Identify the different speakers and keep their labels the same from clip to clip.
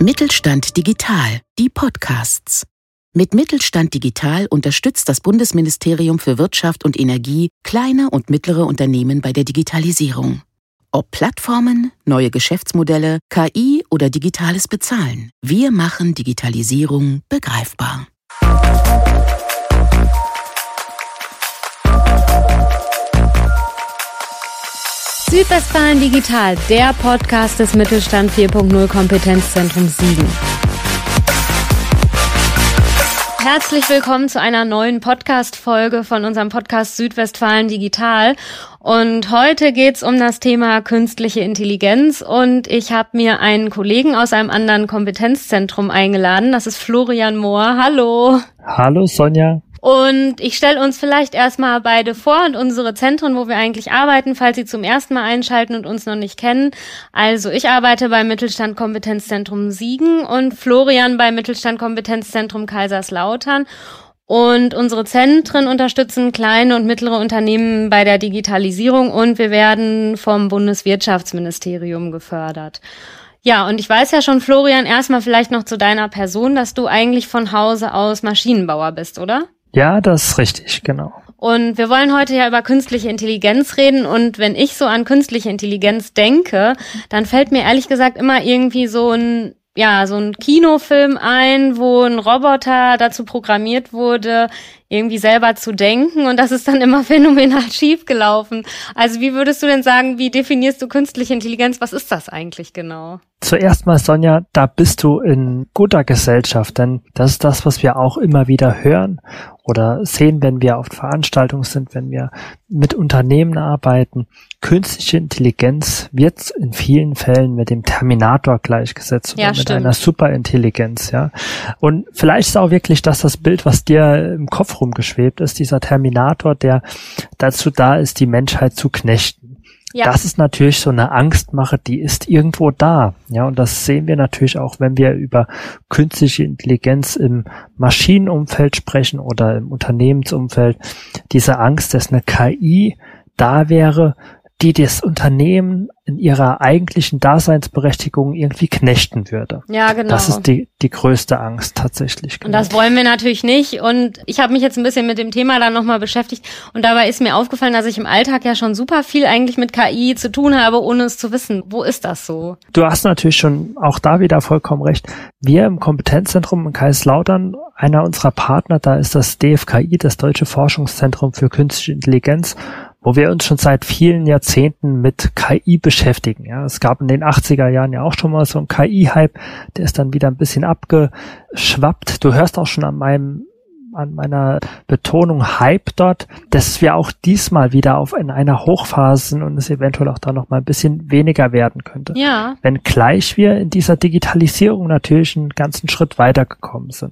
Speaker 1: Mittelstand Digital, die Podcasts. Mit Mittelstand Digital unterstützt das Bundesministerium für Wirtschaft und Energie kleine und mittlere Unternehmen bei der Digitalisierung. Ob Plattformen, neue Geschäftsmodelle, KI oder digitales Bezahlen, wir machen Digitalisierung begreifbar.
Speaker 2: Südwestfalen Digital, der Podcast des Mittelstand 4.0 Kompetenzzentrum Siegen. Herzlich willkommen zu einer neuen Podcast-Folge von unserem Podcast Südwestfalen Digital. Und heute geht's um das Thema künstliche Intelligenz und ich habe mir einen Kollegen aus einem anderen Kompetenzzentrum eingeladen. Das ist Florian Mohr. Hallo.
Speaker 3: Hallo Sonja.
Speaker 2: Und ich stelle uns vielleicht erstmal beide vor und unsere Zentren, wo wir eigentlich arbeiten, falls Sie zum ersten Mal einschalten und uns noch nicht kennen. Also ich arbeite beim Mittelstand Kompetenzzentrum Siegen und Florian beim Mittelstand Kompetenzzentrum Kaiserslautern. Und unsere Zentren unterstützen kleine und mittlere Unternehmen bei der Digitalisierung und wir werden vom Bundeswirtschaftsministerium gefördert. Ja, und ich weiß ja schon, Florian, erstmal vielleicht noch zu deiner Person, dass du eigentlich von Hause aus Maschinenbauer bist, oder?
Speaker 3: Ja, das ist richtig, genau.
Speaker 2: Und wir wollen heute ja über künstliche Intelligenz reden und wenn ich so an künstliche Intelligenz denke, dann fällt mir ehrlich gesagt immer irgendwie so ein Kinofilm ein, wo ein Roboter dazu programmiert wurde, irgendwie selber zu denken und das ist dann immer phänomenal schief gelaufen. Also wie würdest du denn sagen, wie definierst du künstliche Intelligenz? Was ist das eigentlich genau?
Speaker 3: Zuerst mal, Sonja, da bist du in guter Gesellschaft, denn das ist das, was wir auch immer wieder hören oder sehen, wenn wir auf Veranstaltungen sind, wenn wir mit Unternehmen arbeiten. Künstliche Intelligenz wird in vielen Fällen mit dem Terminator gleichgesetzt oder mit einer Superintelligenz, ja. Und vielleicht ist auch wirklich das Bild, was dir im Kopf rumgeschwebt ist, dieser Terminator, der dazu da ist, die Menschheit zu knechten. Ja. Das ist natürlich so eine Angstmache, die ist irgendwo da. Ja, und das sehen wir natürlich auch, wenn wir über künstliche Intelligenz im Maschinenumfeld sprechen oder im Unternehmensumfeld. Diese Angst, dass eine KI da wäre, die das Unternehmen in ihrer eigentlichen Daseinsberechtigung irgendwie knechten würde.
Speaker 2: Ja, genau.
Speaker 3: Das ist die größte Angst tatsächlich.
Speaker 2: Genau. Und das wollen wir natürlich nicht. Und ich habe mich jetzt ein bisschen mit dem Thema dann nochmal beschäftigt. Und dabei ist mir aufgefallen, dass ich im Alltag ja schon super viel eigentlich mit KI zu tun habe, ohne es zu wissen. Wo ist das so?
Speaker 3: Du hast natürlich schon auch da wieder vollkommen recht. Wir im Kompetenzzentrum in Kaiserslautern, einer unserer Partner, da ist das DFKI, das Deutsche Forschungszentrum für Künstliche Intelligenz, wo wir uns schon seit vielen Jahrzehnten mit KI beschäftigen. Ja, es gab in den 80er Jahren ja auch schon mal so einen KI-Hype, der ist dann wieder ein bisschen abgeschwappt. Du hörst auch schon an meiner Betonung Hype dort, dass wir auch diesmal wieder in einer Hochphase sind und es eventuell auch da noch mal ein bisschen weniger werden könnte.
Speaker 2: Ja.
Speaker 3: Wenngleich wir in dieser Digitalisierung natürlich einen ganzen Schritt weitergekommen sind.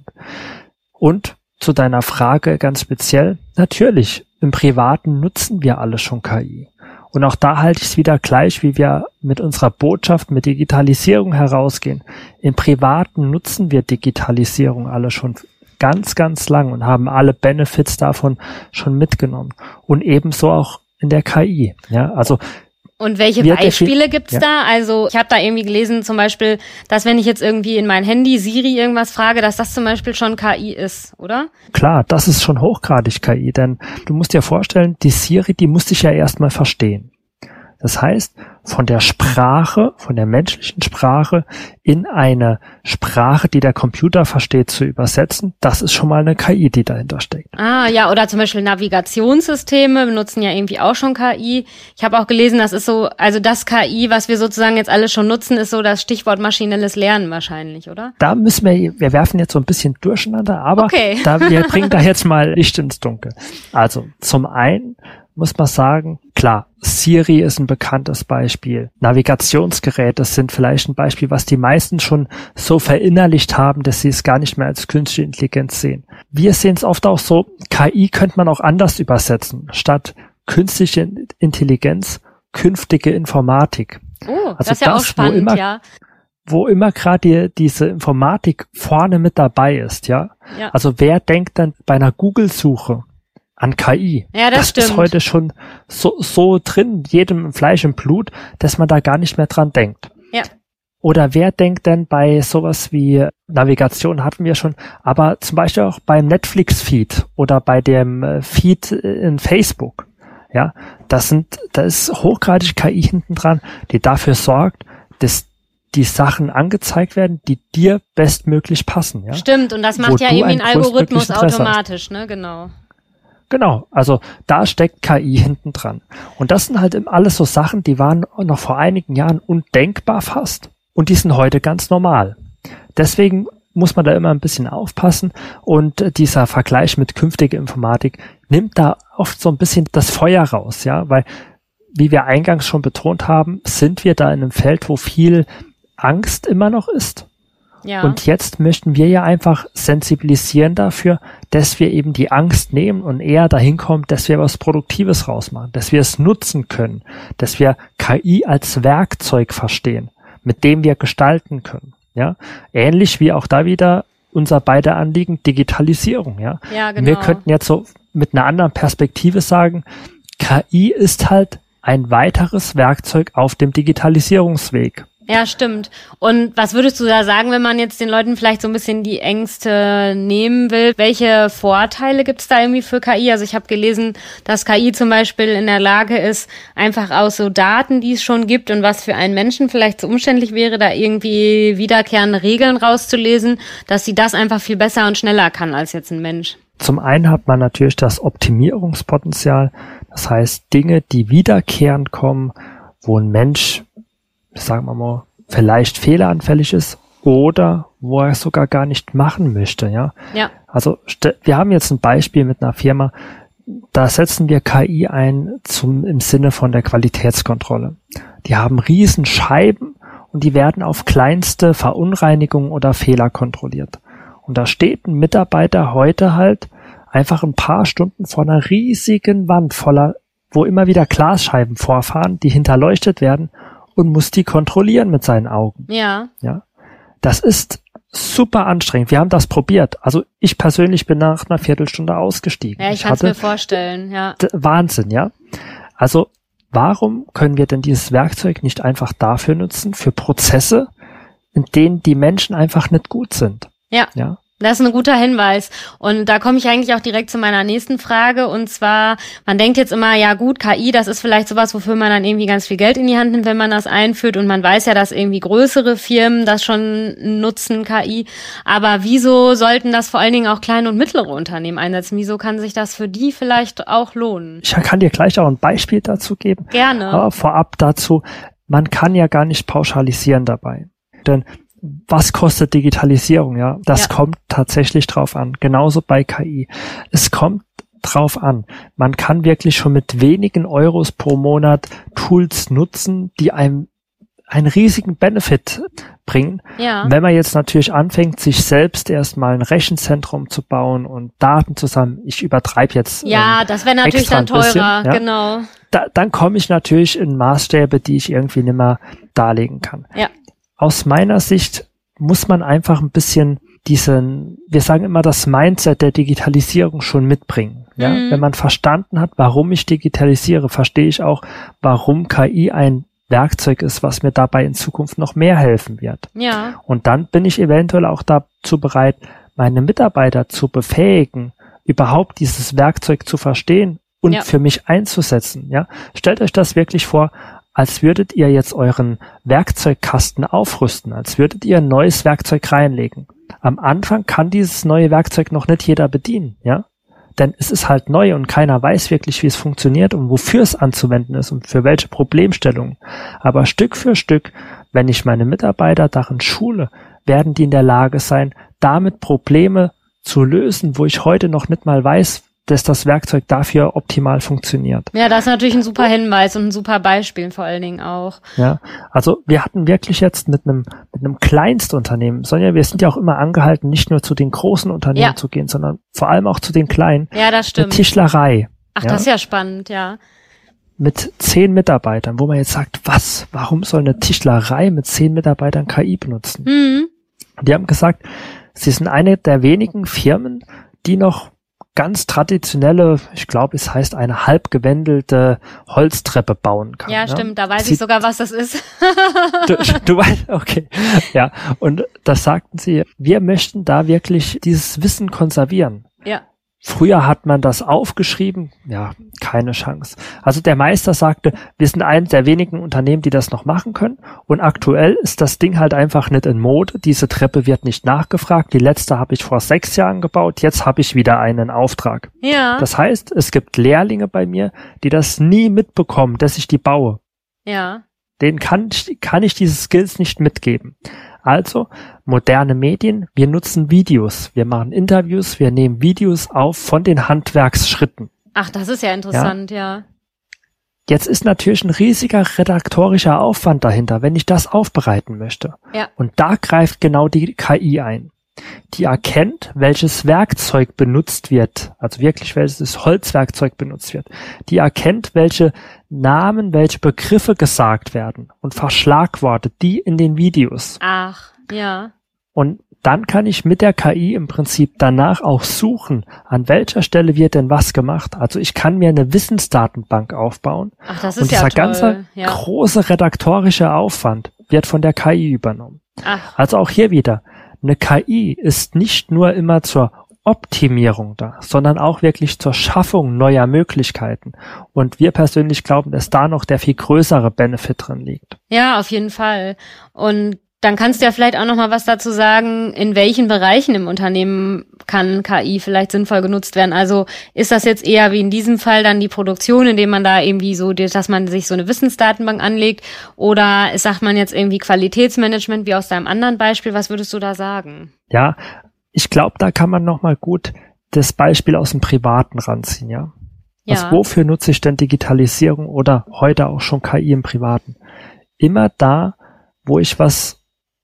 Speaker 3: Und zu deiner Frage ganz speziell, natürlich, im Privaten nutzen wir alle schon KI. Und auch da halte ich es wieder gleich, wie wir mit unserer Botschaft, mit Digitalisierung herausgehen. Im Privaten nutzen wir Digitalisierung alle schon ganz, ganz lang und haben alle Benefits davon schon mitgenommen. Und ebenso auch in der KI. Ja, also
Speaker 2: und welche Beispiele gibt's da? Also ich habe da irgendwie gelesen zum Beispiel, dass wenn ich jetzt irgendwie in mein Handy Siri irgendwas frage, dass das zum Beispiel schon KI ist, oder?
Speaker 3: Klar, das ist schon hochgradig KI, denn du musst dir vorstellen, die Siri, die muss dich ja erstmal verstehen. Das heißt, von der Sprache, von der menschlichen Sprache in eine Sprache, die der Computer versteht, zu übersetzen, das ist schon mal eine KI, die dahinter steckt.
Speaker 2: Ah, ja, oder zum Beispiel Navigationssysteme benutzen ja irgendwie auch schon KI. Ich habe auch gelesen, das ist so, also das KI, was wir sozusagen jetzt alle schon nutzen, ist so das Stichwort maschinelles Lernen wahrscheinlich, oder?
Speaker 3: Da müssen wir werfen jetzt so ein bisschen durcheinander, aber
Speaker 2: okay.
Speaker 3: Wir bringen da jetzt mal Licht ins Dunkel. Also, zum einen muss man sagen, klar, Siri ist ein bekanntes Beispiel. Navigationsgeräte sind vielleicht ein Beispiel, was die meisten schon so verinnerlicht haben, dass sie es gar nicht mehr als künstliche Intelligenz sehen. Wir sehen es oft auch so, KI könnte man auch anders übersetzen. Statt künstliche Intelligenz, künftige Informatik.
Speaker 2: Oh, also das ist ja auch spannend,
Speaker 3: wo immer gerade diese Informatik vorne mit dabei ist, ja. Also wer denkt dann bei einer Google-Suche an KI?
Speaker 2: Ja, das stimmt.
Speaker 3: Ist heute schon so drin, jedem Fleisch im Blut, dass man da gar nicht mehr dran denkt.
Speaker 2: Ja.
Speaker 3: Oder wer denkt denn bei sowas wie Navigation hatten wir schon, aber zum Beispiel auch beim Netflix-Feed oder bei dem Feed in Facebook, ja, da ist hochgradig KI hinten dran, die dafür sorgt, dass die Sachen angezeigt werden, die dir bestmöglich passen, ja.
Speaker 2: Stimmt, und das macht ja irgendwie ein Algorithmus automatisch, ne, genau.
Speaker 3: Genau, also da steckt KI hinten dran. Und das sind halt alles so Sachen, die waren noch vor einigen Jahren undenkbar fast. Und die sind heute ganz normal. Deswegen muss man da immer ein bisschen aufpassen. Und dieser Vergleich mit künftiger Informatik nimmt da oft so ein bisschen das Feuer raus, ja, weil, wie wir eingangs schon betont haben, sind wir da in einem Feld, wo viel Angst immer noch ist.
Speaker 2: Ja.
Speaker 3: Und jetzt möchten wir ja einfach sensibilisieren dafür, dass wir eben die Angst nehmen und eher dahin kommen, dass wir was Produktives rausmachen, dass wir es nutzen können, dass wir KI als Werkzeug verstehen, mit dem wir gestalten können, ja. Ähnlich wie auch da wieder unser beider Anliegen, Digitalisierung, ja.
Speaker 2: Ja, genau.
Speaker 3: Wir könnten jetzt so mit einer anderen Perspektive sagen, KI ist halt ein weiteres Werkzeug auf dem Digitalisierungsweg.
Speaker 2: Ja, stimmt. Und was würdest du da sagen, wenn man jetzt den Leuten vielleicht so ein bisschen die Ängste nehmen will? Welche Vorteile gibt es da irgendwie für KI? Also ich habe gelesen, dass KI zum Beispiel in der Lage ist, einfach aus so Daten, die es schon gibt und was für einen Menschen vielleicht so umständlich wäre, da irgendwie wiederkehrende Regeln rauszulesen, dass sie das einfach viel besser und schneller kann als jetzt ein Mensch.
Speaker 3: Zum einen hat man natürlich das Optimierungspotenzial, das heißt Dinge, die wiederkehrend kommen, wo ein Mensch, sagen wir mal, vielleicht fehleranfällig ist oder wo er es sogar gar nicht machen möchte, ja.
Speaker 2: Ja.
Speaker 3: Also wir haben jetzt ein Beispiel mit einer Firma, da setzen wir KI ein im Sinne von der Qualitätskontrolle. Die haben riesen Scheiben und die werden auf kleinste Verunreinigungen oder Fehler kontrolliert. Und da steht ein Mitarbeiter heute halt einfach ein paar Stunden vor einer riesigen Wand wo immer wieder Glasscheiben vorfahren, die hinterleuchtet werden, und muss die kontrollieren mit seinen Augen.
Speaker 2: Ja.
Speaker 3: Ja. Das ist super anstrengend. Wir haben das probiert. Also ich persönlich bin nach einer Viertelstunde ausgestiegen.
Speaker 2: Ja, ich kann es mir vorstellen, ja.
Speaker 3: Wahnsinn, ja. Also warum können wir denn dieses Werkzeug nicht einfach dafür nutzen, für Prozesse, in denen die Menschen einfach nicht gut sind?
Speaker 2: Ja.
Speaker 3: Ja.
Speaker 2: Das ist ein guter Hinweis. Und da komme ich eigentlich auch direkt zu meiner nächsten Frage. Und zwar, man denkt jetzt immer, ja gut, KI, das ist vielleicht sowas, wofür man dann irgendwie ganz viel Geld in die Hand nimmt, wenn man das einführt. Und man weiß ja, dass irgendwie größere Firmen das schon nutzen, KI. Aber wieso sollten das vor allen Dingen auch kleine und mittlere Unternehmen einsetzen? Wieso kann sich das für die vielleicht auch lohnen?
Speaker 3: Ich kann dir gleich auch ein Beispiel dazu geben.
Speaker 2: Gerne.
Speaker 3: Aber vorab dazu, man kann ja gar nicht pauschalisieren dabei. Denn was kostet Digitalisierung, ja? Das kommt tatsächlich drauf an. Genauso bei KI. Es kommt drauf an. Man kann wirklich schon mit wenigen Euros pro Monat Tools nutzen, die einem einen riesigen Benefit bringen.
Speaker 2: Ja.
Speaker 3: Wenn man jetzt natürlich anfängt, sich selbst erstmal ein Rechenzentrum zu bauen und Daten zusammen, ich übertreibe jetzt.
Speaker 2: Ja, das wäre natürlich dann teurer, bisschen, ja? Genau.
Speaker 3: Dann komme ich natürlich in Maßstäbe, die ich irgendwie nicht mehr darlegen kann.
Speaker 2: Ja.
Speaker 3: Aus meiner Sicht muss man einfach ein bisschen wir sagen immer, das Mindset der Digitalisierung schon mitbringen. Ja? Wenn man verstanden hat, warum ich digitalisiere, verstehe ich auch, warum KI ein Werkzeug ist, was mir dabei in Zukunft noch mehr helfen wird.
Speaker 2: Ja.
Speaker 3: Und dann bin ich eventuell auch dazu bereit, meine Mitarbeiter zu befähigen, überhaupt dieses Werkzeug zu verstehen und für mich einzusetzen. Ja? Stellt euch das wirklich vor, als würdet ihr jetzt euren Werkzeugkasten aufrüsten, als würdet ihr ein neues Werkzeug reinlegen. Am Anfang kann dieses neue Werkzeug noch nicht jeder bedienen, ja? Denn es ist halt neu und keiner weiß wirklich, wie es funktioniert und wofür es anzuwenden ist und für welche Problemstellungen. Aber Stück für Stück, wenn ich meine Mitarbeiter darin schule, werden die in der Lage sein, damit Probleme zu lösen, wo ich heute noch nicht mal weiß, dass das Werkzeug dafür optimal funktioniert.
Speaker 2: Ja, das ist natürlich ein super Hinweis und ein super Beispiel vor allen Dingen auch.
Speaker 3: Ja, also wir hatten wirklich jetzt mit einem Kleinstunternehmen, Sonja, wir sind ja auch immer angehalten, nicht nur zu den großen Unternehmen zu gehen, sondern vor allem auch zu den kleinen.
Speaker 2: Ja, das stimmt.
Speaker 3: Eine Tischlerei.
Speaker 2: Ach, das ist ja spannend, ja.
Speaker 3: Mit 10 Mitarbeitern, wo man jetzt sagt, warum soll eine Tischlerei mit 10 Mitarbeitern KI benutzen?
Speaker 2: Mhm.
Speaker 3: Die haben gesagt, sie sind eine der wenigen Firmen, die noch ganz traditionelle, ich glaube, es heißt eine halbgewendelte Holztreppe bauen kann.
Speaker 2: Ja, stimmt, da weiß ich sogar, was das ist.
Speaker 3: Du weißt, okay. Ja, und das sagten sie, wir möchten da wirklich dieses Wissen konservieren.
Speaker 2: Ja.
Speaker 3: Früher hat man das aufgeschrieben, ja, keine Chance. Also der Meister sagte, wir sind eines der wenigen Unternehmen, die das noch machen können, und aktuell ist das Ding halt einfach nicht in Mode. Diese Treppe wird nicht nachgefragt. Die letzte habe ich vor 6 Jahren gebaut, jetzt habe ich wieder einen Auftrag.
Speaker 2: Ja.
Speaker 3: Das heißt, es gibt Lehrlinge bei mir, die das nie mitbekommen, dass ich die baue.
Speaker 2: Ja.
Speaker 3: Denen kann ich diese Skills nicht mitgeben. Also, moderne Medien, wir nutzen Videos, wir machen Interviews, wir nehmen Videos auf von den Handwerksschritten.
Speaker 2: Ach, das ist ja interessant, ja.
Speaker 3: Jetzt ist natürlich ein riesiger redaktorischer Aufwand dahinter, wenn ich das aufbereiten möchte.
Speaker 2: Ja.
Speaker 3: Und da greift genau die KI ein. Die erkennt, welches Werkzeug benutzt wird, also wirklich welches Holzwerkzeug benutzt wird. Die erkennt, welche Namen, welche Begriffe gesagt werden und verschlagwortet die in den Videos.
Speaker 2: Ach, ja.
Speaker 3: Und dann kann ich mit der KI im Prinzip danach auch suchen, an welcher Stelle wird denn was gemacht. Also ich kann mir eine Wissensdatenbank aufbauen.
Speaker 2: Ach, das ist
Speaker 3: und
Speaker 2: ja
Speaker 3: dieser
Speaker 2: toll.
Speaker 3: ganze große redaktorische Aufwand wird von der KI übernommen.
Speaker 2: Ach.
Speaker 3: Also auch hier wieder, eine KI ist nicht nur immer zur Optimierung da, sondern auch wirklich zur Schaffung neuer Möglichkeiten. Und wir persönlich glauben, dass da noch der viel größere Benefit drin liegt.
Speaker 2: Ja, auf jeden Fall. Und dann kannst du ja vielleicht auch noch mal was dazu sagen, in welchen Bereichen im Unternehmen kann KI vielleicht sinnvoll genutzt werden. Also ist das jetzt eher wie in diesem Fall dann die Produktion, indem man da irgendwie so, dass man sich so eine Wissensdatenbank anlegt, oder sagt man jetzt irgendwie Qualitätsmanagement wie aus deinem anderen Beispiel? Was würdest du da sagen?
Speaker 3: Ja, ich glaube, da kann man noch mal gut das Beispiel aus dem Privaten ranziehen, ja. Also wofür nutze ich denn Digitalisierung oder heute auch schon KI im Privaten? Immer da, wo ich was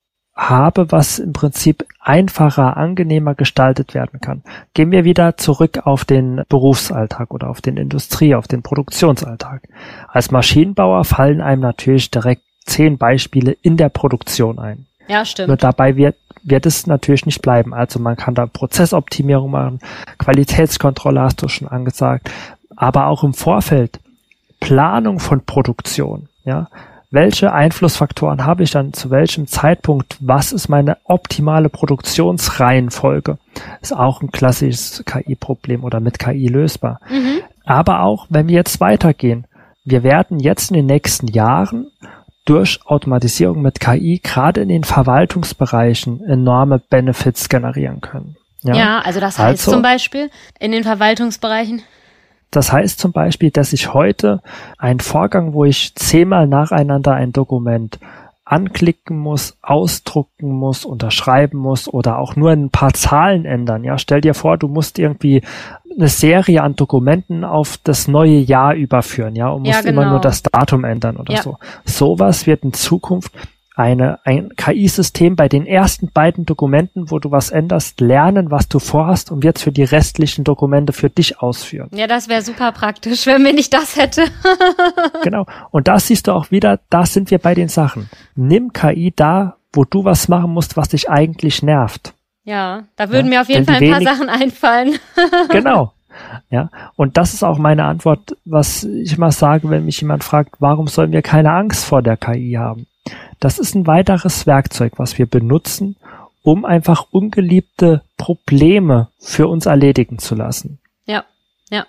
Speaker 3: habe, was im Prinzip einfacher, angenehmer gestaltet werden kann. Gehen wir wieder zurück auf den Berufsalltag oder auf den auf den Produktionsalltag. Als Maschinenbauer fallen einem natürlich direkt 10 Beispiele in der Produktion ein.
Speaker 2: Ja, stimmt.
Speaker 3: Nur dabei wird es natürlich nicht bleiben. Also man kann da Prozessoptimierung machen, Qualitätskontrolle hast du schon angesagt, aber auch im Vorfeld Planung von Produktion, ja. Welche Einflussfaktoren habe ich dann zu welchem Zeitpunkt? Was ist meine optimale Produktionsreihenfolge? Ist auch ein klassisches KI-Problem oder mit KI lösbar.
Speaker 2: Mhm.
Speaker 3: Aber auch, wenn wir jetzt weitergehen, wir werden jetzt in den nächsten Jahren durch Automatisierung mit KI gerade in den Verwaltungsbereichen enorme Benefits generieren können.
Speaker 2: Ja, also das heißt zum Beispiel in den Verwaltungsbereichen?
Speaker 3: Das heißt zum Beispiel, dass ich heute einen Vorgang, wo ich 10-mal nacheinander ein Dokument anklicken muss, ausdrucken muss, unterschreiben muss oder auch nur ein paar Zahlen ändern. Ja, stell dir vor, du musst irgendwie eine Serie an Dokumenten auf das neue Jahr überführen, ja, und musst immer nur das Datum ändern oder so. Sowas wird in Zukunft ein KI-System bei den ersten beiden Dokumenten, wo du was änderst, lernen, was du vorhast, und wird für die restlichen Dokumente für dich ausführen.
Speaker 2: Ja, das wäre super praktisch, wenn wir nicht das hätte.
Speaker 3: Genau. Und da siehst du auch wieder, da sind wir bei den Sachen. Nimm KI da, wo du was machen musst, was dich eigentlich nervt.
Speaker 2: Ja, da würden mir auf jeden Fall ein paar Sachen einfallen.
Speaker 3: Genau. Ja, und das ist auch meine Antwort, was ich immer sage, wenn mich jemand fragt, warum sollen wir keine Angst vor der KI haben? Das ist ein weiteres Werkzeug, was wir benutzen, um einfach ungeliebte Probleme für uns erledigen zu lassen.
Speaker 2: Ja, ja.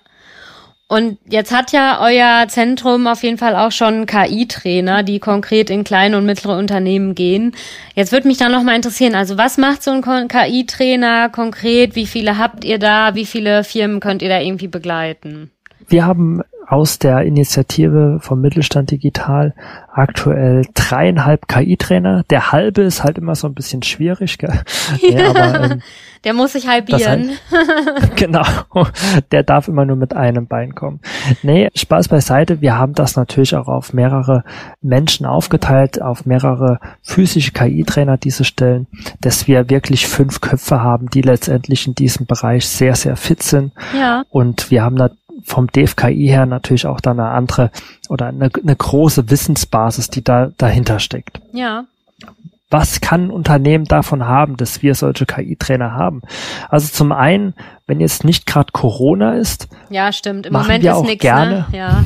Speaker 2: Und jetzt hat ja euer Zentrum auf jeden Fall auch schon KI-Trainer, die konkret in kleine und mittlere Unternehmen gehen. Jetzt würde mich da nochmal interessieren, also was macht so ein KI-Trainer konkret? Wie viele habt ihr da? Wie viele Firmen könnt ihr da irgendwie begleiten? Wir haben aus der Initiative vom Mittelstand Digital aktuell 3,5 KI-Trainer. Der halbe ist halt immer so ein bisschen schwierig, gell? Ja, aber, der muss sich halbieren. Genau, der darf immer nur mit einem Bein kommen. Nee, Spaß beiseite, wir haben das natürlich auch auf mehrere Menschen aufgeteilt, auf mehrere physische KI-Trainer, diese Stellen, dass wir wirklich 5 Köpfe haben, die letztendlich in diesem Bereich sehr, sehr fit sind. Ja. Und wir haben da vom DFKI her natürlich auch da eine andere oder eine große Wissensbasis, die da dahinter steckt. Ja.
Speaker 3: was kann ein Unternehmen davon haben, dass wir solche KI-Trainer haben? Also zum einen, wenn jetzt nicht gerade Corona ist,
Speaker 2: ja, stimmt. Im
Speaker 3: machen
Speaker 2: Moment
Speaker 3: wir
Speaker 2: ist
Speaker 3: auch
Speaker 2: nichts,
Speaker 3: gerne.
Speaker 2: Ne? Ja.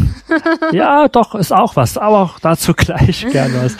Speaker 3: Ja, doch, ist auch was, aber auch dazu gleich gerne was.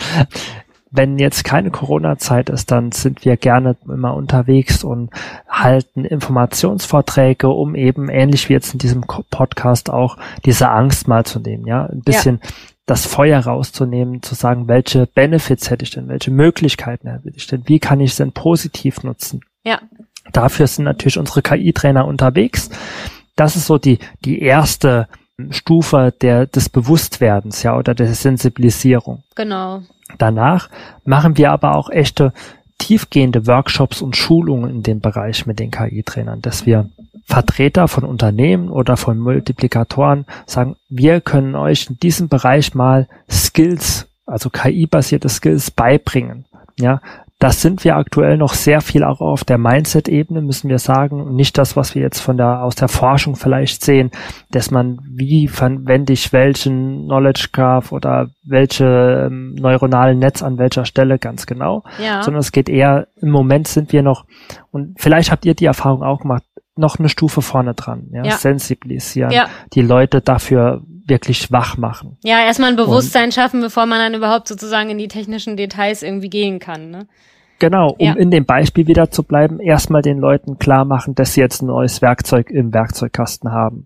Speaker 3: Wenn jetzt keine Corona-Zeit ist, dann sind wir gerne immer unterwegs und halten Informationsvorträge, um eben, ähnlich wie jetzt in diesem Podcast auch, diese Angst mal zu nehmen, ja, ein bisschen das Feuer rauszunehmen, zu sagen, welche Benefits hätte ich denn, welche Möglichkeiten hätte ich denn, wie kann ich es denn positiv nutzen?
Speaker 2: Ja.
Speaker 3: Dafür sind natürlich unsere KI-Trainer unterwegs. Das ist so die erste Stufe des Bewusstwerdens, ja, oder der Sensibilisierung.
Speaker 2: Genau.
Speaker 3: Danach machen wir aber auch echte tiefgehende Workshops und Schulungen in dem Bereich mit den KI-Trainern, dass wir Vertreter von Unternehmen oder von Multiplikatoren sagen, wir können euch in diesem Bereich mal Skills, also KI-basierte Skills beibringen. Ja, das sind wir aktuell noch sehr viel auch auf der Mindset-Ebene, müssen wir sagen, und nicht das, was wir jetzt aus der Forschung vielleicht sehen, dass man, wie verwende ich welchen Knowledge Graph oder welche neuronalen Netz an welcher Stelle ganz genau, sondern es geht eher, im Moment sind wir noch, und vielleicht habt ihr die Erfahrung auch gemacht, noch eine Stufe vorne dran, sensibilisieren, die Leute dafür wirklich wach machen.
Speaker 2: Ja, erstmal ein Bewusstsein schaffen, bevor man dann überhaupt sozusagen in die technischen Details irgendwie gehen kann, ne?
Speaker 3: Genau, um in dem Beispiel wieder zu bleiben, erstmal den Leuten klar machen, dass sie jetzt ein neues Werkzeug im Werkzeugkasten haben.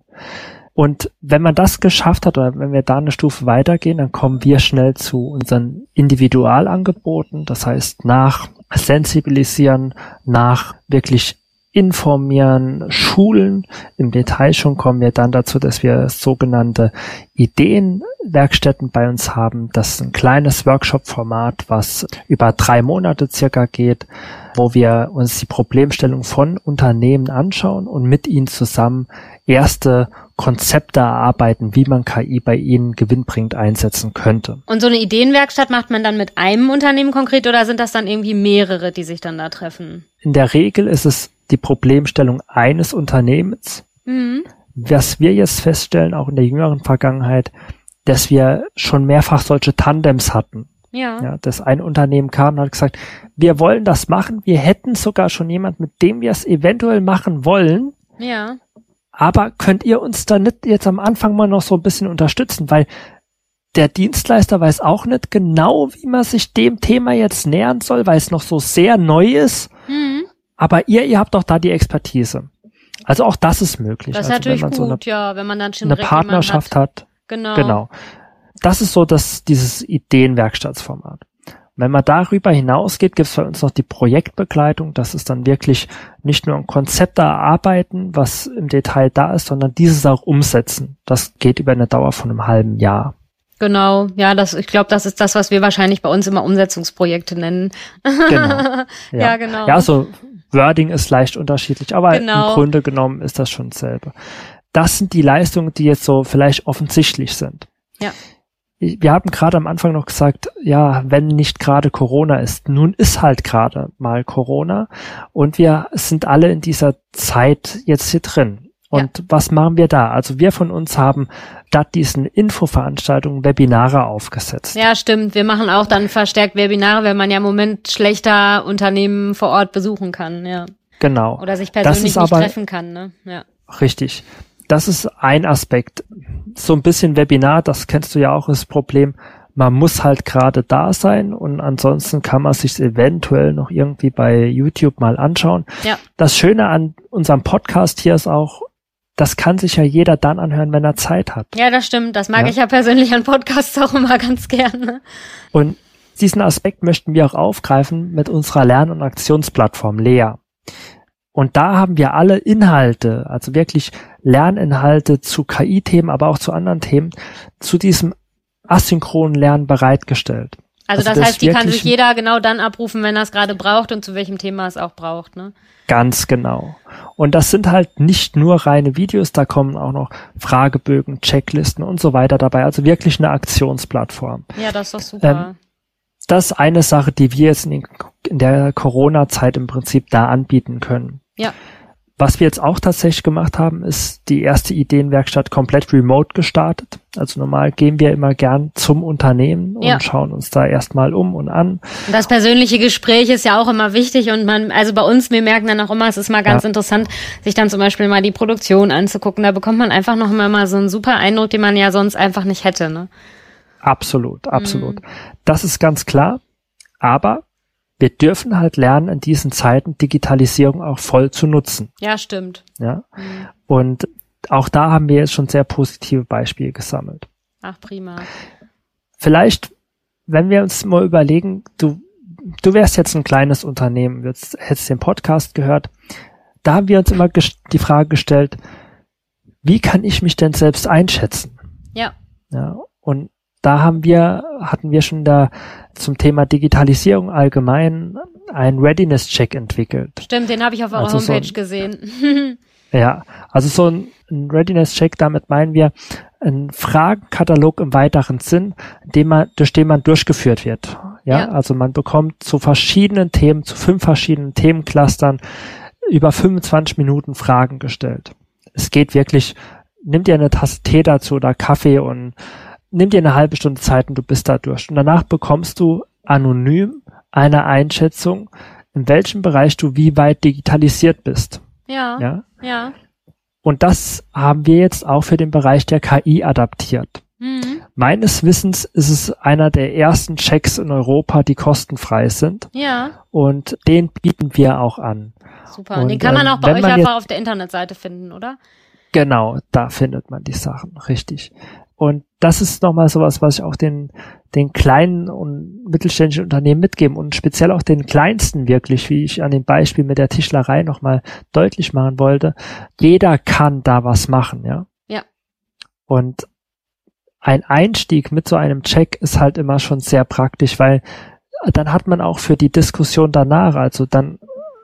Speaker 3: Und wenn man das geschafft hat, oder wenn wir da eine Stufe weitergehen, dann kommen wir schnell zu unseren Individualangeboten, das heißt nach Sensibilisieren, nach wirklich informieren, schulen. Im Detail schon kommen wir dann dazu, dass wir sogenannte Ideenwerkstätten bei uns haben. Das ist ein kleines Workshop-Format, was über 3 Monate circa geht, wo wir uns die Problemstellung von Unternehmen anschauen und mit ihnen zusammen erste Konzepte erarbeiten, wie man KI bei ihnen gewinnbringend einsetzen könnte.
Speaker 2: Und so eine Ideenwerkstatt macht man dann mit einem Unternehmen konkret oder sind das dann irgendwie mehrere, die sich dann da treffen?
Speaker 3: In der Regel ist es die Problemstellung eines Unternehmens. Mhm. Was wir jetzt feststellen, auch in der jüngeren Vergangenheit, dass wir schon mehrfach solche Tandems hatten. Ja, dass ein Unternehmen kam und hat gesagt, wir wollen das machen, wir hätten sogar schon jemand, mit dem wir es eventuell machen wollen.
Speaker 2: Ja.
Speaker 3: Aber könnt ihr uns da nicht jetzt am Anfang mal noch so ein bisschen unterstützen, weil der Dienstleister weiß auch nicht genau, wie man sich dem Thema jetzt nähern soll, weil es noch so sehr neu ist. Mhm. Aber ihr habt doch da die Expertise. Also auch das ist möglich.
Speaker 2: Das ist
Speaker 3: also
Speaker 2: natürlich gut, wenn man dann schon
Speaker 3: eine Partnerschaft hat.
Speaker 2: Genau.
Speaker 3: Das ist so dieses Ideenwerkstattsformat. Wenn man darüber hinausgeht, gibt es bei uns noch die Projektbegleitung. Das ist dann wirklich nicht nur ein Konzept erarbeiten, was im Detail da ist, sondern dieses auch umsetzen. Das geht über eine Dauer von einem halben Jahr.
Speaker 2: Genau, ja, ich glaube, das ist das, was wir wahrscheinlich bei uns immer Umsetzungsprojekte nennen.
Speaker 3: Genau.
Speaker 2: Ja, genau.
Speaker 3: Ja, so Wording ist leicht unterschiedlich, aber im Grunde genommen ist das schon dasselbe. Das sind die Leistungen, die jetzt so vielleicht offensichtlich sind.
Speaker 2: Ja.
Speaker 3: Wir haben gerade am Anfang noch gesagt, ja, wenn nicht gerade Corona ist. Nun ist halt gerade mal Corona und wir sind alle in dieser Zeit jetzt hier drin. Und was machen wir da? Also wir von uns haben statt diesen Infoveranstaltungen Webinare aufgesetzt.
Speaker 2: Ja, stimmt. Wir machen auch dann verstärkt Webinare, wenn man ja im Moment schlechter Unternehmen vor Ort besuchen kann, ja.
Speaker 3: Genau.
Speaker 2: Oder sich persönlich nicht treffen kann, ne? Ja.
Speaker 3: Richtig. Das ist ein Aspekt. So ein bisschen Webinar, das kennst du ja auch, ist das Problem. Man muss halt gerade da sein und ansonsten kann man sich eventuell noch irgendwie bei YouTube mal anschauen. Ja. Das Schöne an unserem Podcast hier ist auch, das kann sich ja jeder dann anhören, wenn er Zeit hat.
Speaker 2: Ja, das stimmt. Das mag ich ja persönlich an Podcasts auch immer ganz gerne.
Speaker 3: Und diesen Aspekt möchten wir auch aufgreifen mit unserer Lern- und Aktionsplattform Lea. Und da haben wir alle Inhalte, also wirklich Lerninhalte zu KI-Themen, aber auch zu anderen Themen, zu diesem asynchronen Lernen bereitgestellt.
Speaker 2: Also das heißt, die kann sich jeder genau dann abrufen, wenn er es gerade braucht und zu welchem Thema es auch braucht, ne?
Speaker 3: Ganz genau. Und das sind halt nicht nur reine Videos, da kommen auch noch Fragebögen, Checklisten und so weiter dabei. Also wirklich eine Aktionsplattform.
Speaker 2: Ja, das ist doch super.
Speaker 3: Das ist eine Sache, die wir jetzt in der Corona-Zeit im Prinzip da anbieten können.
Speaker 2: Ja.
Speaker 3: Was wir jetzt auch tatsächlich gemacht haben, ist die erste Ideenwerkstatt komplett remote gestartet. Also normal gehen wir immer gern zum Unternehmen und schauen uns da erstmal um und an.
Speaker 2: Und das persönliche Gespräch ist ja auch immer wichtig und also bei uns, wir merken dann auch immer, es ist mal ganz interessant, sich dann zum Beispiel mal die Produktion anzugucken. Da bekommt man einfach noch mal so einen super Eindruck, den man ja sonst einfach nicht hätte, ne?
Speaker 3: Absolut. Das ist ganz klar. Aber wir dürfen halt lernen, in diesen Zeiten Digitalisierung auch voll zu nutzen.
Speaker 2: Ja, stimmt.
Speaker 3: Ja. Und auch da haben wir jetzt schon sehr positive Beispiele gesammelt.
Speaker 2: Ach, prima.
Speaker 3: Vielleicht, wenn wir uns mal überlegen, du wärst jetzt ein kleines Unternehmen, hättest den Podcast gehört, da haben wir uns immer die Frage gestellt, wie kann ich mich denn selbst einschätzen?
Speaker 2: Ja.
Speaker 3: Und da hatten wir schon da zum Thema Digitalisierung allgemein einen Readiness-Check entwickelt.
Speaker 2: Stimmt, den habe ich auf eurer Homepage gesehen.
Speaker 3: Ja, also so ein Readiness-Check, damit meinen wir einen Fragenkatalog im weiteren Sinn, durch den man durchgeführt wird. Ja, also man bekommt zu verschiedenen Themen, zu 5 verschiedenen Themenclustern über 25 Minuten Fragen gestellt. Es geht wirklich, nimm dir eine Tasse Tee dazu oder Kaffee und nimm dir eine halbe Stunde Zeit und du bist da durch. Und danach bekommst du anonym eine Einschätzung, in welchem Bereich du wie weit digitalisiert bist.
Speaker 2: Ja.
Speaker 3: Und das haben wir jetzt auch für den Bereich der KI adaptiert. Meines Wissens ist es einer der ersten Checks in Europa, die kostenfrei sind.
Speaker 2: Ja.
Speaker 3: Und den bieten wir auch an.
Speaker 2: Super. Und den kann man auch bei euch einfach auf der Internetseite finden, oder?
Speaker 3: Genau, da findet man die Sachen, richtig. Und das ist nochmal sowas, was ich auch den kleinen und mittelständischen Unternehmen mitgeben und speziell auch den kleinsten wirklich, wie ich an dem Beispiel mit der Tischlerei nochmal deutlich machen wollte. Jeder kann da was machen, ja.
Speaker 2: Ja.
Speaker 3: Und ein Einstieg mit so einem Check ist halt immer schon sehr praktisch, weil dann hat man auch für die Diskussion danach, also dann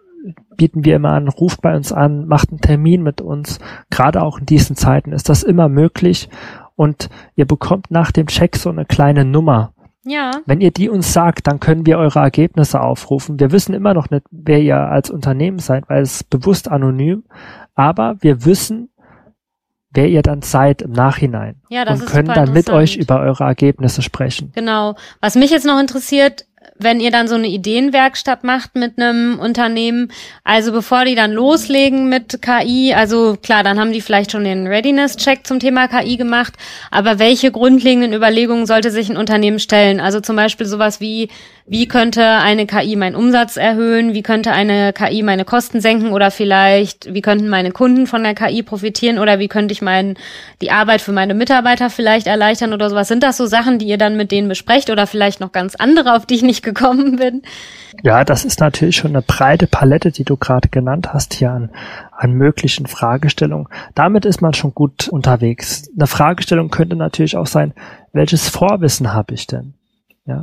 Speaker 3: bieten wir immer an, ruft bei uns an, macht einen Termin mit uns. Gerade auch in diesen Zeiten ist das immer möglich. Und ihr bekommt nach dem Check so eine kleine Nummer.
Speaker 2: Ja.
Speaker 3: Wenn ihr die uns sagt, dann können wir eure Ergebnisse aufrufen. Wir wissen immer noch nicht, wer ihr als Unternehmen seid, weil es ist bewusst anonym. Aber wir wissen, wer ihr dann seid im Nachhinein.
Speaker 2: Ja, das
Speaker 3: und
Speaker 2: ist
Speaker 3: können dann mit euch über eure Ergebnisse sprechen.
Speaker 2: Genau. Was mich jetzt noch interessiert, wenn ihr dann so eine Ideenwerkstatt macht mit einem Unternehmen, also bevor die dann loslegen mit KI, also klar, dann haben die vielleicht schon den Readiness-Check zum Thema KI gemacht, aber welche grundlegenden Überlegungen sollte sich ein Unternehmen stellen? Also zum Beispiel sowas wie könnte eine KI meinen Umsatz erhöhen, wie könnte eine KI meine Kosten senken oder vielleicht, wie könnten meine Kunden von der KI profitieren oder wie könnte ich die Arbeit für meine Mitarbeiter vielleicht erleichtern oder sowas? Sind das so Sachen, die ihr dann mit denen besprecht oder vielleicht noch ganz andere, auf die ich nicht gekommen bin?
Speaker 3: Ja, das ist natürlich schon eine breite Palette, die du gerade genannt hast hier an möglichen Fragestellungen. Damit ist man schon gut unterwegs. Eine Fragestellung könnte natürlich auch sein, welches Vorwissen habe ich denn? Ja.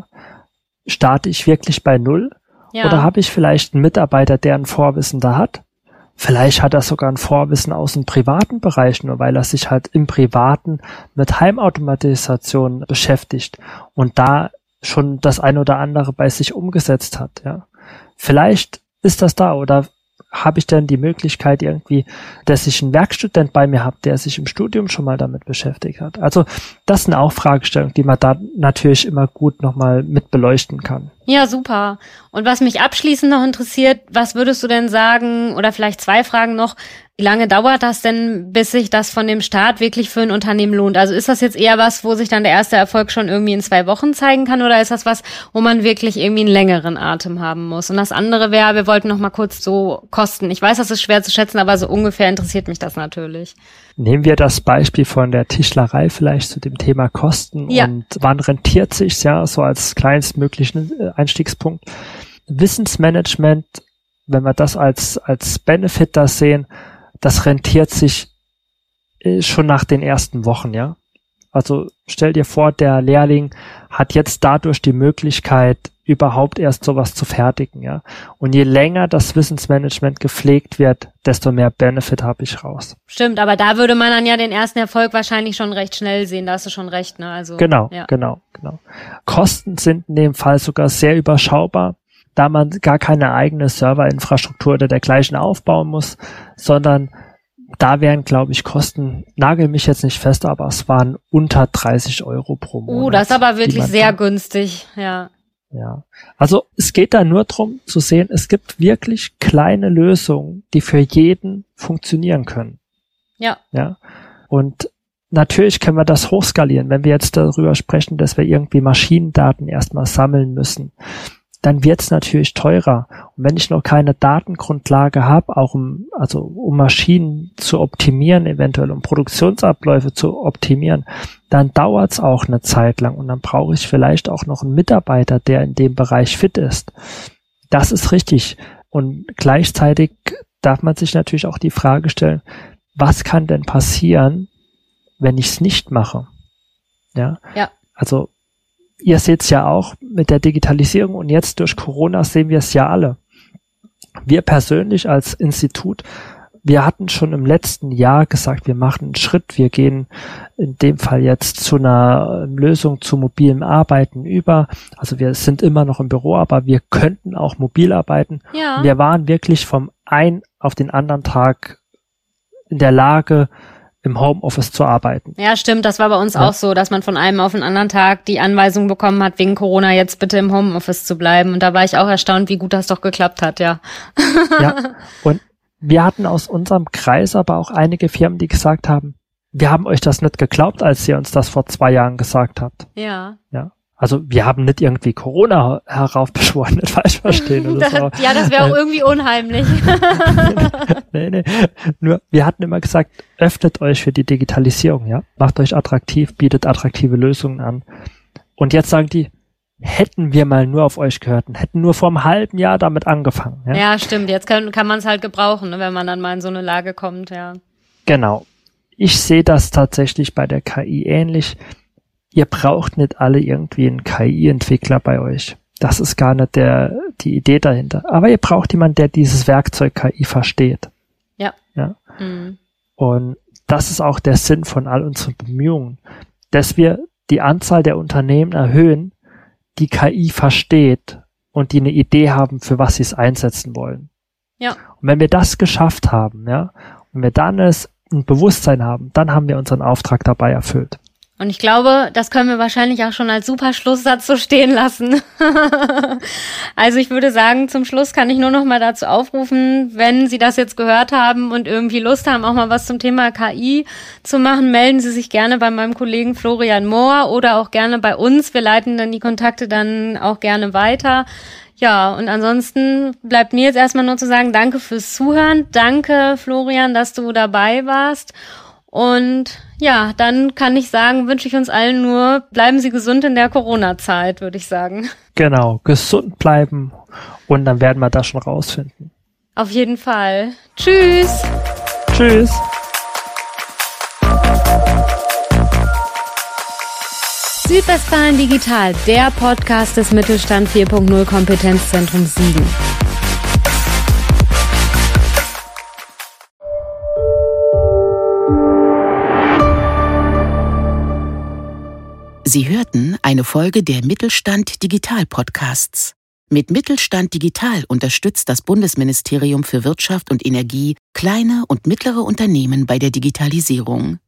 Speaker 3: Starte ich wirklich bei Null? Ja. Oder habe ich vielleicht einen Mitarbeiter, der ein Vorwissen da hat? Vielleicht hat er sogar ein Vorwissen aus dem privaten Bereich, nur weil er sich halt im Privaten mit Heimautomatisation beschäftigt und da schon das ein oder andere bei sich umgesetzt hat. Ja. Vielleicht ist das da oder habe ich denn die Möglichkeit irgendwie, dass ich einen Werkstudent bei mir habe, der sich im Studium schon mal damit beschäftigt hat. Also das sind auch Fragestellungen, die man da natürlich immer gut nochmal mit beleuchten kann.
Speaker 2: Ja, super. Und was mich abschließend noch interessiert, was würdest du denn sagen, oder vielleicht 2 Fragen noch, wie lange dauert das denn, bis sich das von dem Start wirklich für ein Unternehmen lohnt? Also ist das jetzt eher was, wo sich dann der erste Erfolg schon irgendwie in 2 Wochen zeigen kann oder ist das was, wo man wirklich irgendwie einen längeren Atem haben muss? Und das andere wäre, wir wollten noch mal kurz so Kosten. Ich weiß, das ist schwer zu schätzen, aber so ungefähr interessiert mich das natürlich.
Speaker 3: Nehmen wir das Beispiel von der Tischlerei vielleicht zu dem Thema Kosten und wann rentiert sich's, ja, so als kleinstmöglichen Einstiegspunkt. Wissensmanagement, wenn wir das als Benefit da sehen, das rentiert sich schon nach den ersten Wochen, ja. Also stell dir vor, der Lehrling hat jetzt dadurch die Möglichkeit, überhaupt erst sowas zu fertigen, ja. Und je länger das Wissensmanagement gepflegt wird, desto mehr Benefit habe ich raus.
Speaker 2: Stimmt, aber da würde man dann ja den ersten Erfolg wahrscheinlich schon recht schnell sehen, da hast du schon recht, ne? Also
Speaker 3: Genau. Kosten sind in dem Fall sogar sehr überschaubar. da man gar keine eigene Serverinfrastruktur oder dergleichen aufbauen muss, sondern da wären, glaube ich, Kosten, nagel mich jetzt nicht fest, aber es waren unter 30 € pro Monat.
Speaker 2: Das ist aber wirklich sehr günstig, ja.
Speaker 3: Ja, also es geht da nur darum zu sehen, es gibt wirklich kleine Lösungen, die für jeden funktionieren können.
Speaker 2: Ja.
Speaker 3: Ja. Und natürlich können wir das hochskalieren, wenn wir jetzt darüber sprechen, dass wir irgendwie Maschinendaten erstmal sammeln müssen. Dann wird es natürlich teurer. Und wenn ich noch keine Datengrundlage habe, auch um Maschinen zu optimieren, eventuell um Produktionsabläufe zu optimieren, dann dauert es auch eine Zeit lang und dann brauche ich vielleicht auch noch einen Mitarbeiter, der in dem Bereich fit ist. Das ist richtig. Und gleichzeitig darf man sich natürlich auch die Frage stellen, was kann denn passieren, wenn ich es nicht mache? Ja. Also ihr seht es ja auch mit der Digitalisierung und jetzt durch Corona sehen wir es ja alle. Wir persönlich als Institut, wir hatten schon im letzten Jahr gesagt, wir machen einen Schritt, wir gehen in dem Fall jetzt zu einer Lösung zu mobilem Arbeiten über. Also wir sind immer noch im Büro, aber wir könnten auch mobil arbeiten.
Speaker 2: Ja.
Speaker 3: Wir waren wirklich vom einen auf den anderen Tag in der Lage, im Homeoffice zu arbeiten.
Speaker 2: Ja, stimmt. Das war bei uns auch so, dass man von einem auf den anderen Tag die Anweisung bekommen hat, wegen Corona jetzt bitte im Homeoffice zu bleiben. Und da war ich auch erstaunt, wie gut das doch geklappt hat, ja.
Speaker 3: Ja, und wir hatten aus unserem Kreis aber auch einige Firmen, die gesagt haben, wir haben euch das nicht geglaubt, als ihr uns das vor 2 Jahren gesagt habt.
Speaker 2: Ja.
Speaker 3: Ja. Also wir haben nicht irgendwie Corona heraufbeschworen, nicht falsch verstehen oder so.
Speaker 2: Ja, das wäre auch irgendwie unheimlich.
Speaker 3: Nee. Nur, wir hatten immer gesagt, öffnet euch für die Digitalisierung, ja. Macht euch attraktiv, bietet attraktive Lösungen an. Und jetzt sagen die, hätten wir mal nur auf euch gehört und hätten nur vor einem halben Jahr damit angefangen. Ja,
Speaker 2: ja, stimmt. Jetzt kann man es halt gebrauchen, ne, wenn man dann mal in so eine Lage kommt, ja.
Speaker 3: Genau. Ich sehe das tatsächlich bei der KI ähnlich. Ihr braucht nicht alle irgendwie einen KI-Entwickler bei euch. Das ist gar nicht die Idee dahinter. Aber ihr braucht jemanden, der dieses Werkzeug KI versteht.
Speaker 2: Ja.
Speaker 3: Mhm. Und das ist auch der Sinn von all unseren Bemühungen, dass wir die Anzahl der Unternehmen erhöhen, die KI versteht und die eine Idee haben, für was sie es einsetzen wollen.
Speaker 2: Ja.
Speaker 3: Und wenn wir das geschafft haben, ja, und wir dann ein Bewusstsein haben, dann haben wir unseren Auftrag dabei erfüllt.
Speaker 2: Und ich glaube, das können wir wahrscheinlich auch schon als super Schlusssatz so stehen lassen. Also ich würde sagen, zum Schluss kann ich nur noch mal dazu aufrufen, wenn Sie das jetzt gehört haben und irgendwie Lust haben, auch mal was zum Thema KI zu machen, melden Sie sich gerne bei meinem Kollegen Florian Mohr oder auch gerne bei uns. Wir leiten dann die Kontakte dann auch gerne weiter. Ja, und ansonsten bleibt mir jetzt erstmal nur zu sagen, danke fürs Zuhören. Danke, Florian, dass du dabei warst. Und ja, dann kann ich sagen, wünsche ich uns allen nur, bleiben Sie gesund in der Corona-Zeit, würde ich sagen.
Speaker 3: Genau, gesund bleiben und dann werden wir das schon rausfinden.
Speaker 2: Auf jeden Fall. Tschüss.
Speaker 3: Tschüss.
Speaker 2: Südwestfalen Digital, der Podcast des Mittelstand 4.0 Kompetenzzentrum Siegen.
Speaker 1: Sie hörten eine Folge der Mittelstand Digital Podcasts. Mit Mittelstand Digital unterstützt das Bundesministerium für Wirtschaft und Energie kleine und mittlere Unternehmen bei der Digitalisierung.